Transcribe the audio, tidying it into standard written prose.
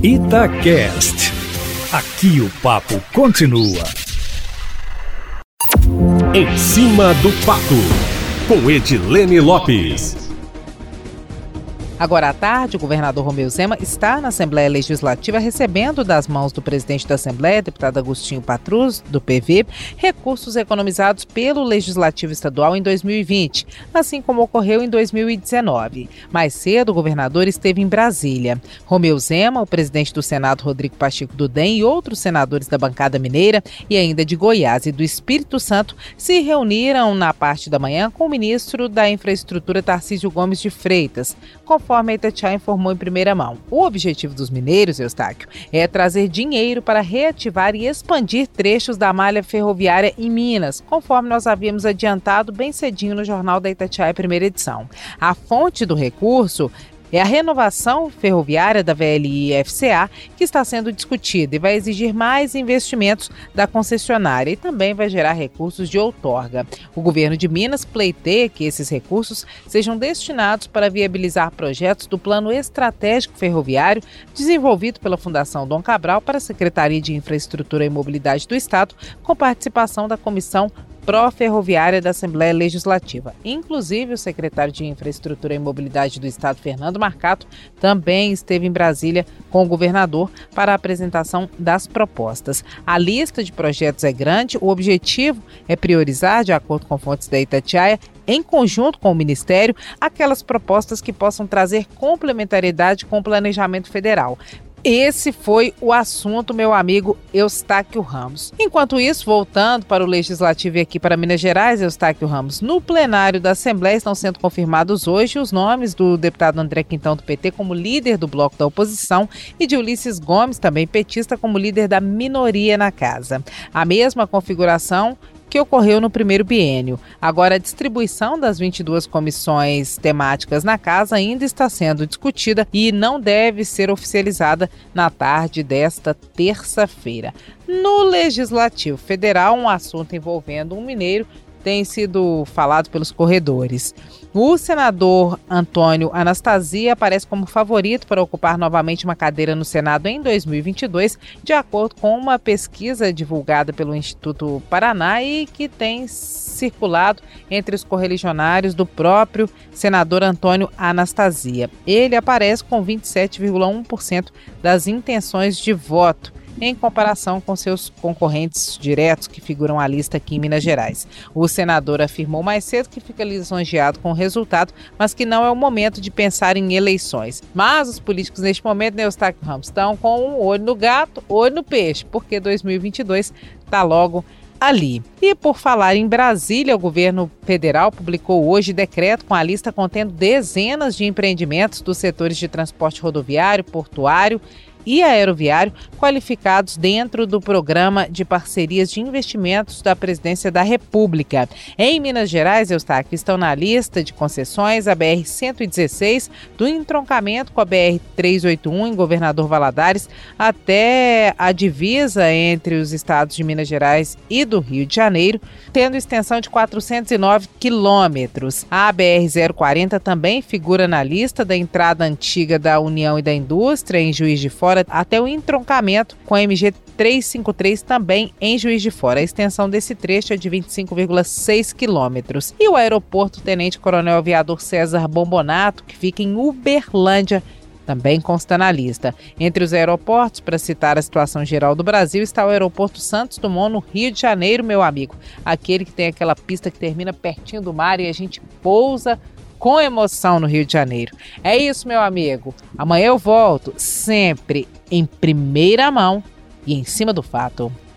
Itacast. Aqui o papo continua. Em cima do papo, com Edilene Lopes. Agora à tarde, o governador Romeu Zema está na Assembleia Legislativa recebendo das mãos do presidente da Assembleia, deputado Agostinho Patrus, do PV, recursos economizados pelo Legislativo Estadual em 2020, assim como ocorreu em 2019. Mais cedo, o governador esteve em Brasília. Romeu Zema, o presidente do Senado, Rodrigo Pacheco do DEM, e outros senadores da bancada mineira e ainda de Goiás e do Espírito Santo se reuniram na parte da manhã com o ministro da Infraestrutura, Tarcísio Gomes de Freitas, conforme a Itatiaia informou em primeira mão. O objetivo dos mineiros, Eustáquio, é trazer dinheiro para reativar e expandir trechos da malha ferroviária em Minas, conforme nós havíamos adiantado bem cedinho no Jornal da Itatiaia, primeira edição. A fonte do recurso é a renovação ferroviária da VLI-FCA, que está sendo discutida e vai exigir mais investimentos da concessionária e também vai gerar recursos de outorga. O governo de Minas pleiteia que esses recursos sejam destinados para viabilizar projetos do Plano Estratégico Ferroviário desenvolvido pela Fundação Dom Cabral para a Secretaria de Infraestrutura e Mobilidade do Estado, com participação da Comissão Pró-Ferroviária da Assembleia Legislativa. Inclusive, o secretário de Infraestrutura e Mobilidade do Estado, Fernando Marcato, também esteve em Brasília com o governador para a apresentação das propostas. A lista de projetos é grande, o objetivo é priorizar, de acordo com fontes da Itatiaia, em conjunto com o Ministério, aquelas propostas que possam trazer complementariedade com o planejamento federal. Esse foi o assunto, meu amigo Eustáquio Ramos. Enquanto isso, voltando para o Legislativo e aqui para Minas Gerais, Eustáquio Ramos, no plenário da Assembleia estão sendo confirmados hoje os nomes do deputado André Quintão, do PT, como líder do bloco da oposição e de Ulisses Gomes, também petista, como líder da minoria na casa. A mesma configuração que ocorreu no primeiro biênio. Agora, a distribuição das 22 comissões temáticas na casa ainda está sendo discutida e não deve ser oficializada na tarde desta terça-feira. No Legislativo Federal, um assunto envolvendo um mineiro tem sido falado pelos corredores. O senador Antônio Anastasia aparece como favorito para ocupar novamente uma cadeira no Senado em 2022, de acordo com uma pesquisa divulgada pelo Instituto Paraná e que tem circulado entre os correligionários do próprio senador Antônio Anastasia. Ele aparece com 27,1% das intenções de voto, em comparação com seus concorrentes diretos que figuram à lista aqui em Minas Gerais. O senador afirmou mais cedo que fica lisonjeado com o resultado, mas que não é o momento de pensar em eleições. Mas os políticos neste momento, Eustáquio Ramos, estão com um olho no gato, olho no peixe, porque 2022 está logo ali. E por falar em Brasília, o governo federal publicou hoje decreto com a lista contendo dezenas de empreendimentos dos setores de transporte rodoviário, portuário e aeroviário qualificados dentro do Programa de Parcerias de Investimentos da Presidência da República. Em Minas Gerais, Eustáquio, estão na lista de concessões a BR-116, do entroncamento com a BR-381 em Governador Valadares até a divisa entre os estados de Minas Gerais e do Rio de Janeiro, tendo extensão de 409 quilômetros. A BR-040 também figura na lista da entrada antiga da União e da Indústria em Juiz de Fora até o entroncamento com a MG 353 também em Juiz de Fora. A extensão desse trecho é de 25,6 quilômetros. E o aeroporto Tenente Coronel Aviador César Bombonato, que fica em Uberlândia, também consta na lista. Entre os aeroportos, para citar a situação geral do Brasil, está o aeroporto Santos Dumont, no Rio de Janeiro, meu amigo. Aquele que tem aquela pista que termina pertinho do mar e a gente pousa com emoção no Rio de Janeiro. É isso, meu amigo. Amanhã eu volto, sempre em primeira mão e em cima do fato.